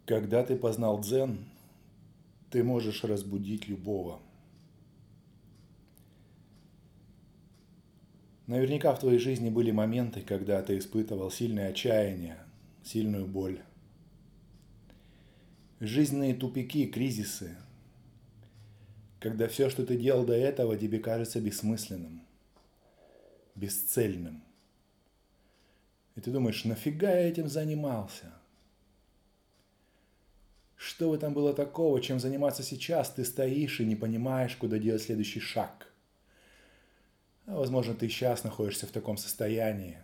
Когда ты познал дзен, ты можешь разбудить любого. Наверняка в твоей жизни были моменты, когда ты испытывал сильное отчаяние, сильную боль. Жизненные тупики, кризисы, когда все, что ты делал до этого, тебе кажется бессмысленным, бесцельным. И ты думаешь, нафига я этим занимался? Что в этом было такого, чем заниматься сейчас? Ты стоишь и не понимаешь, куда делать следующий шаг. Возможно, ты сейчас находишься в таком состоянии.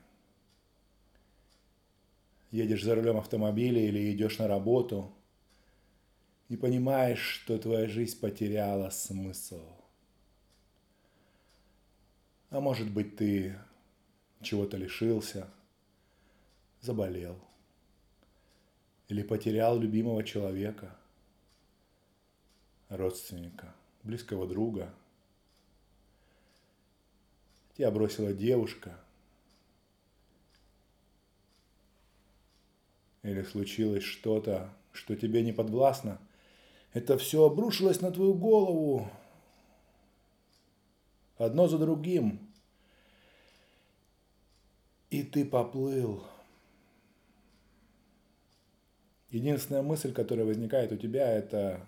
Едешь за рулем автомобиля или идешь на работу и понимаешь, что твоя жизнь потеряла смысл. А может быть, ты чего-то лишился, заболел или потерял любимого человека, родственника, близкого друга. Тебя бросила девушка, или случилось что-то, что тебе не подвластно. Это все обрушилось на твою голову, одно за другим. И ты поплыл. Единственная мысль, которая возникает у тебя, это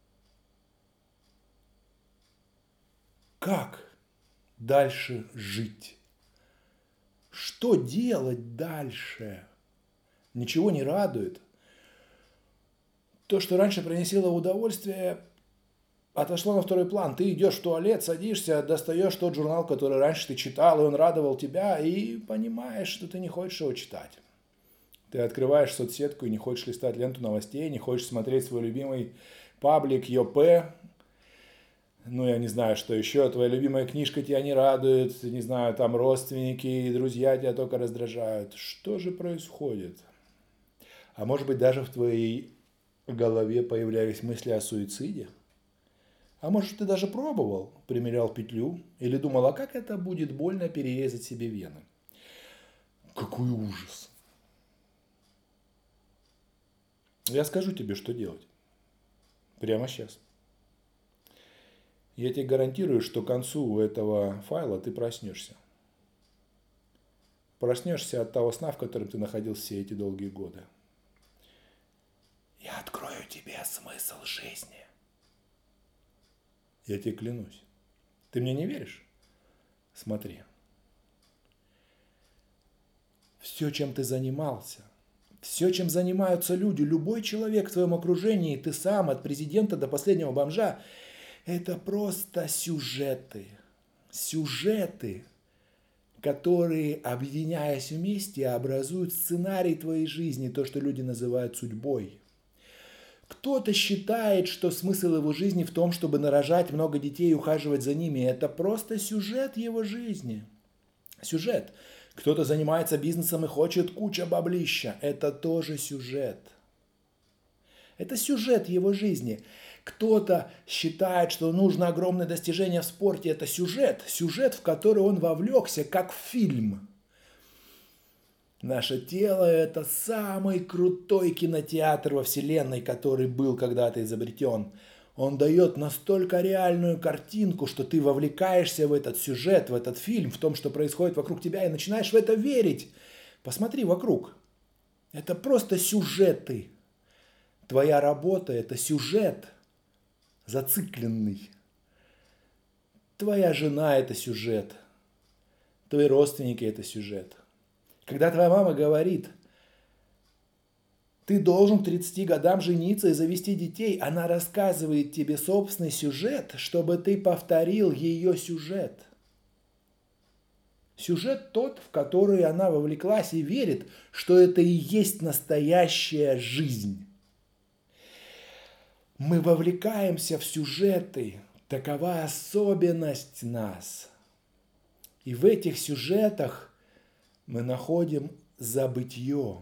как дальше жить? Что делать дальше? Ничего не радует. То, что раньше приносило удовольствие, отошло на второй план. Ты идешь в туалет, садишься, достаешь тот журнал, который раньше ты читал, и он радовал тебя, и понимаешь, что ты не хочешь его читать. Ты открываешь соцсетку и не хочешь листать ленту новостей, не хочешь смотреть свой любимый паблик ЙОП. Ну, я не знаю, что еще. Твоя любимая книжка тебя не радует. Не знаю, там родственники и друзья тебя только раздражают. Что же происходит? А может быть, даже в твоей голове появлялись мысли о суициде? А может, ты даже пробовал, примерял петлю или думал, а как это будет больно перерезать себе вены? Какой ужас! Я скажу тебе, что делать. Прямо сейчас. Я тебе гарантирую, что к концу этого файла ты проснешься. Проснешься от того сна, в котором ты находился все эти долгие годы. Я открою тебе смысл жизни. Я тебе клянусь. Ты мне не веришь? Смотри. Все, чем ты занимался, все, чем занимаются люди, любой человек в твоем окружении, ты сам, от президента до последнего бомжа, это просто сюжеты. Сюжеты, которые, объединяясь вместе, образуют сценарий твоей жизни, то, что люди называют судьбой. Кто-то считает, что смысл его жизни в том, чтобы нарожать много детей и ухаживать за ними. Это просто сюжет его жизни. Сюжет. Кто-то занимается бизнесом и хочет куча баблища. Это тоже сюжет. Это сюжет его жизни. Кто-то считает, что нужно огромное достижение в спорте. Это сюжет. Сюжет, в который он вовлекся, как в фильм. Наше тело – это самый крутой кинотеатр во Вселенной, который был когда-то изобретен. Он дает настолько реальную картинку, что ты вовлекаешься в этот сюжет, в этот фильм, в том, что происходит вокруг тебя, и начинаешь в это верить. Посмотри вокруг. Это просто сюжеты. Твоя работа – это сюжет зацикленный. Твоя жена – это сюжет. Твои родственники – это сюжет. Когда твоя мама говорит, ты должен к 30 годам жениться и завести детей, она рассказывает тебе собственный сюжет, чтобы ты повторил ее сюжет. Сюжет тот, в который она вовлеклась и верит, что это и есть настоящая жизнь. Мы вовлекаемся в сюжеты. Такова особенность нас. И в этих сюжетах мы находим забытье.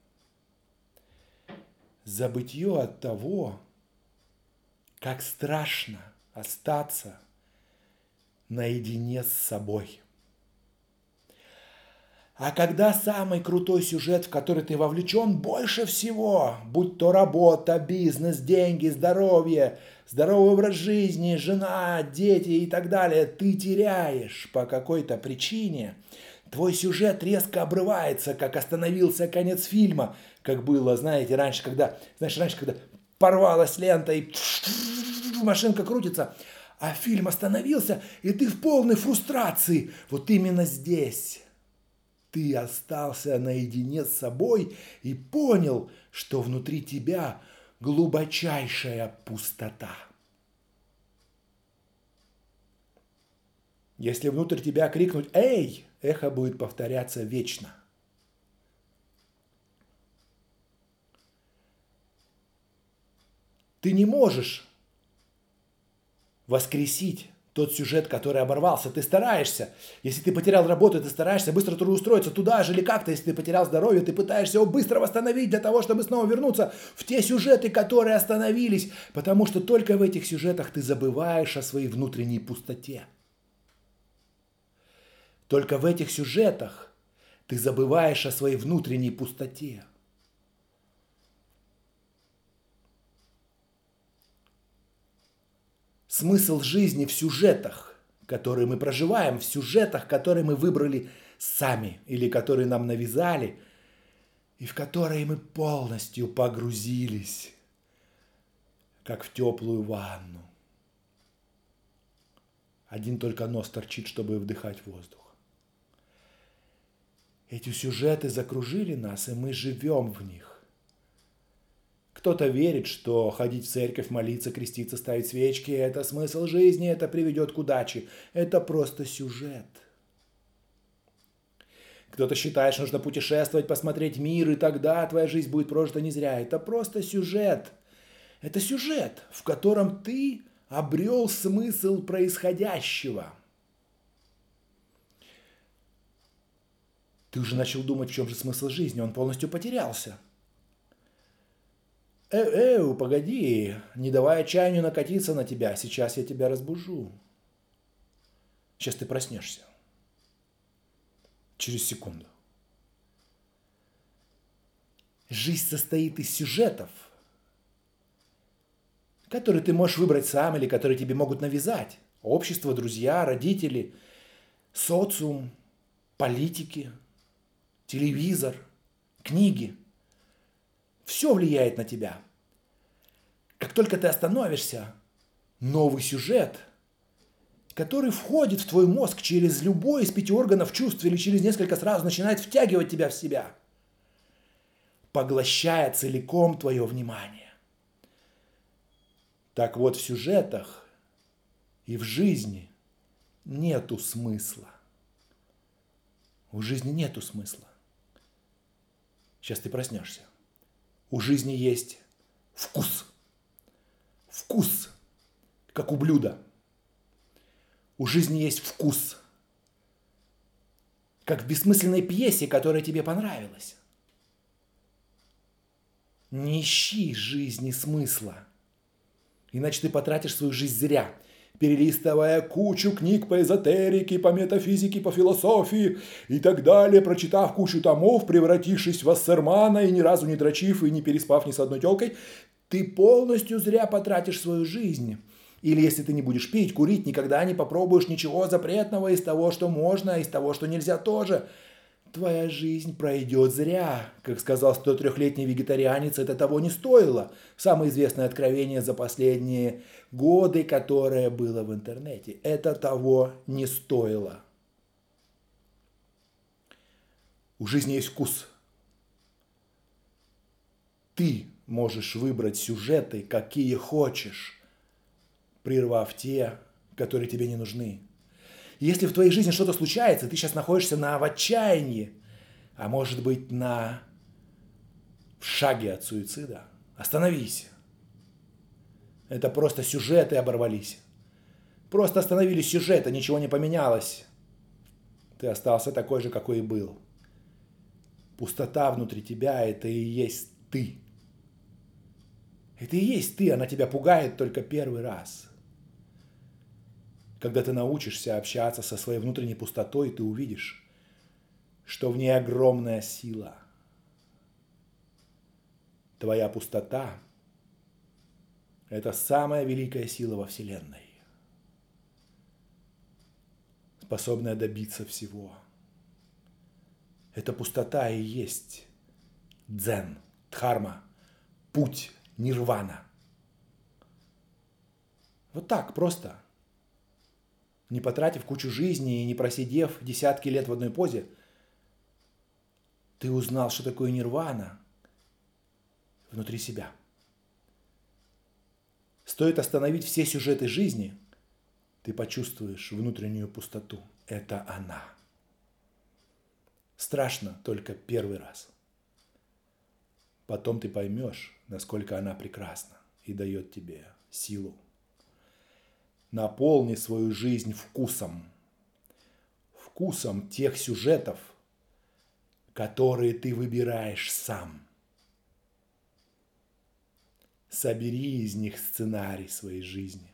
Забытье от того, как страшно остаться наедине с собой. А когда самый крутой сюжет, в который ты вовлечен больше всего, будь то работа, бизнес, деньги, здоровье, здоровый образ жизни, жена, дети и так далее, ты теряешь по какой-то причине, твой сюжет резко обрывается, как остановился конец фильма, как было, знаете, раньше, когда порвалась лента и машинка крутится, а фильм остановился, и ты в полной фрустрации. Вот именно здесь ты остался наедине с собой и понял, что внутри тебя глубочайшая пустота. Если внутрь тебя крикнуть «Эй!», эхо будет повторяться вечно. Ты не можешь воскресить тот сюжет, который оборвался. Ты стараешься. Если ты потерял работу, ты стараешься быстро трудоустроиться туда же или как-то. Если ты потерял здоровье, ты пытаешься его быстро восстановить для того, чтобы снова вернуться в те сюжеты, которые остановились. Потому что только в этих сюжетах ты забываешь о своей внутренней пустоте. Только в этих сюжетах ты забываешь о своей внутренней пустоте. Смысл жизни в сюжетах, которые мы проживаем, в сюжетах, которые мы выбрали сами или которые нам навязали, и в которые мы полностью погрузились, как в теплую ванну. Один только нос торчит, чтобы вдыхать воздух. Эти сюжеты закружили нас, и мы живем в них. Кто-то верит, что ходить в церковь, молиться, креститься, ставить свечки – это смысл жизни, это приведет к удаче. Это просто сюжет. Кто-то считает, что нужно путешествовать, посмотреть мир, и тогда твоя жизнь будет прожита не зря. Это просто сюжет. Это сюжет, в котором ты обрел смысл происходящего. Ты уже начал думать, в чем же смысл жизни, он полностью потерялся. Погоди, не давай отчаянию накатиться на тебя, сейчас я тебя разбужу. Сейчас ты проснешься. Через секунду. Жизнь состоит из сюжетов, которые ты можешь выбрать сам или которые тебе могут навязать. Общество, друзья, родители, социум, политики, телевизор, книги. Все влияет на тебя. Как только ты остановишься, новый сюжет, который входит в твой мозг через любой из 5 органов чувств или через несколько сразу, начинает втягивать тебя в себя, поглощая целиком твое внимание. Так вот, в сюжетах и в жизни нету смысла. У жизни нету смысла. Сейчас ты проснешься. У жизни есть вкус. Вкус, как у блюда. У жизни есть вкус, как в бессмысленной пьесе, которая тебе понравилась. Не ищи жизни смысла, иначе ты потратишь свою жизнь зря, перелистывая кучу книг по эзотерике, по метафизике, по философии и так далее, прочитав кучу томов, превратившись в Вассермана и ни разу не дрочив и не переспав ни с одной телкой, ты полностью зря потратишь свою жизнь. Или если ты не будешь пить, курить, никогда не попробуешь ничего запретного из того, что можно, а из того, что нельзя тоже. Твоя жизнь пройдет зря. Как сказал 103-летний вегетарианец, это того не стоило. Самое известное откровение за последние годы, которое было в интернете. Это того не стоило. У жизни есть вкус. Ты можешь выбрать сюжеты, какие хочешь, прервав те, которые тебе не нужны. Если в твоей жизни что-то случается, ты сейчас находишься в отчаянии, а может быть в шаге от суицида, остановись. Это просто сюжеты оборвались. Просто остановились сюжеты, ничего не поменялось. Ты остался такой же, какой и был. Пустота внутри тебя – это и есть ты. Это и есть ты, она тебя пугает только первый раз. Когда ты научишься общаться со своей внутренней пустотой, ты увидишь, что в ней огромная сила. Твоя пустота – это самая великая сила во Вселенной, способная добиться всего. Эта пустота и есть дзен, дхарма, путь, нирвана. Вот так просто, не потратив кучу жизни и не просидев десятки лет в одной позе, ты узнал, что такое нирвана внутри себя. Стоит остановить все сюжеты жизни, ты почувствуешь внутреннюю пустоту. Это она. Страшно только первый раз. Потом ты поймешь, насколько она прекрасна и дает тебе силу. Наполни свою жизнь вкусом. Вкусом тех сюжетов, которые ты выбираешь сам. Собери из них сценарий своей жизни.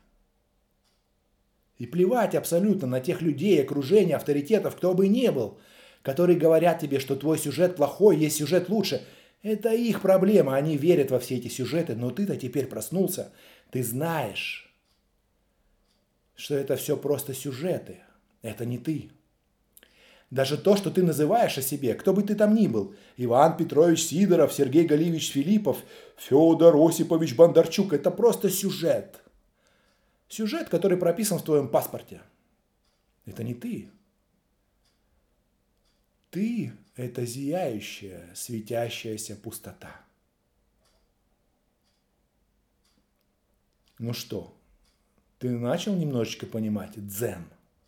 И плевать абсолютно на тех людей, окружение, авторитетов, кто бы ни был, которые говорят тебе, что твой сюжет плохой, есть сюжет лучше. Это их проблема, они верят во все эти сюжеты, но ты-то теперь проснулся. Ты знаешь, что это все просто сюжеты. Это не ты. Даже то, что ты называешь о себе, кто бы ты там ни был, Иван Петрович Сидоров, Сергей Галиевич Филиппов, Федор Осипович Бондарчук, это просто сюжет. Сюжет, который прописан в твоем паспорте. Это не ты. Ты – это зияющая, светящаяся пустота. Ну что, ты начал немножечко понимать дзен?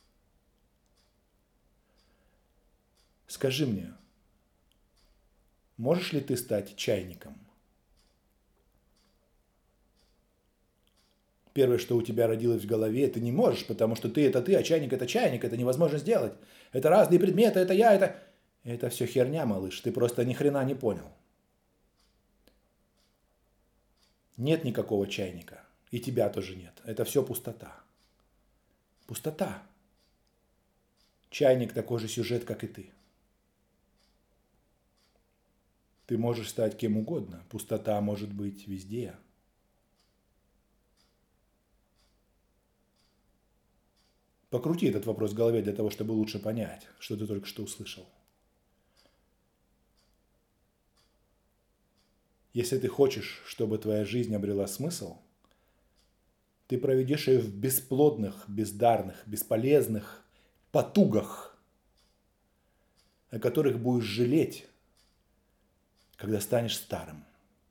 Скажи мне, можешь ли ты стать чайником? Первое, что у тебя родилось в голове, ты не можешь, потому что ты – это ты, а чайник – это невозможно сделать. Это разные предметы, это я, это… Это все херня, малыш, ты просто ни хрена не понял. Нет никакого чайника, и тебя тоже нет. Это все пустота. Пустота. Чайник такой же сюжет, как и ты. Ты можешь стать кем угодно. Пустота может быть везде. Покрути этот вопрос в голове для того, чтобы лучше понять, что ты только что услышал. Если ты хочешь, чтобы твоя жизнь обрела смысл, ты проведешь ее в бесплодных, бездарных, бесполезных потугах, о которых будешь жалеть, когда станешь старым.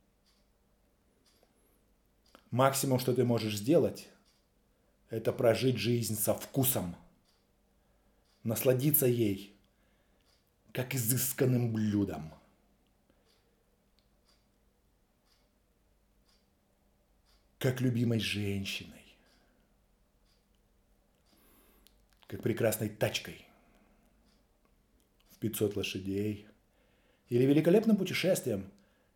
Максимум, что ты можешь сделать, это прожить жизнь со вкусом, насладиться ей, как изысканным блюдом. Как любимой женщиной, как прекрасной тачкой в 500 лошадей или великолепным путешествием.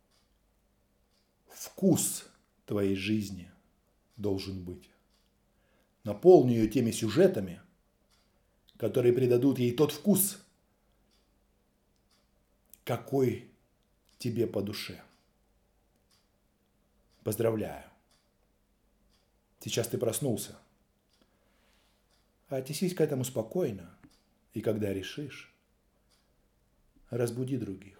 Вкус твоей жизни должен быть. Наполни ее теми сюжетами, которые придадут ей тот вкус, какой тебе по душе. Поздравляю. Сейчас ты проснулся. Отнесись к этому спокойно. И когда решишь, разбуди других.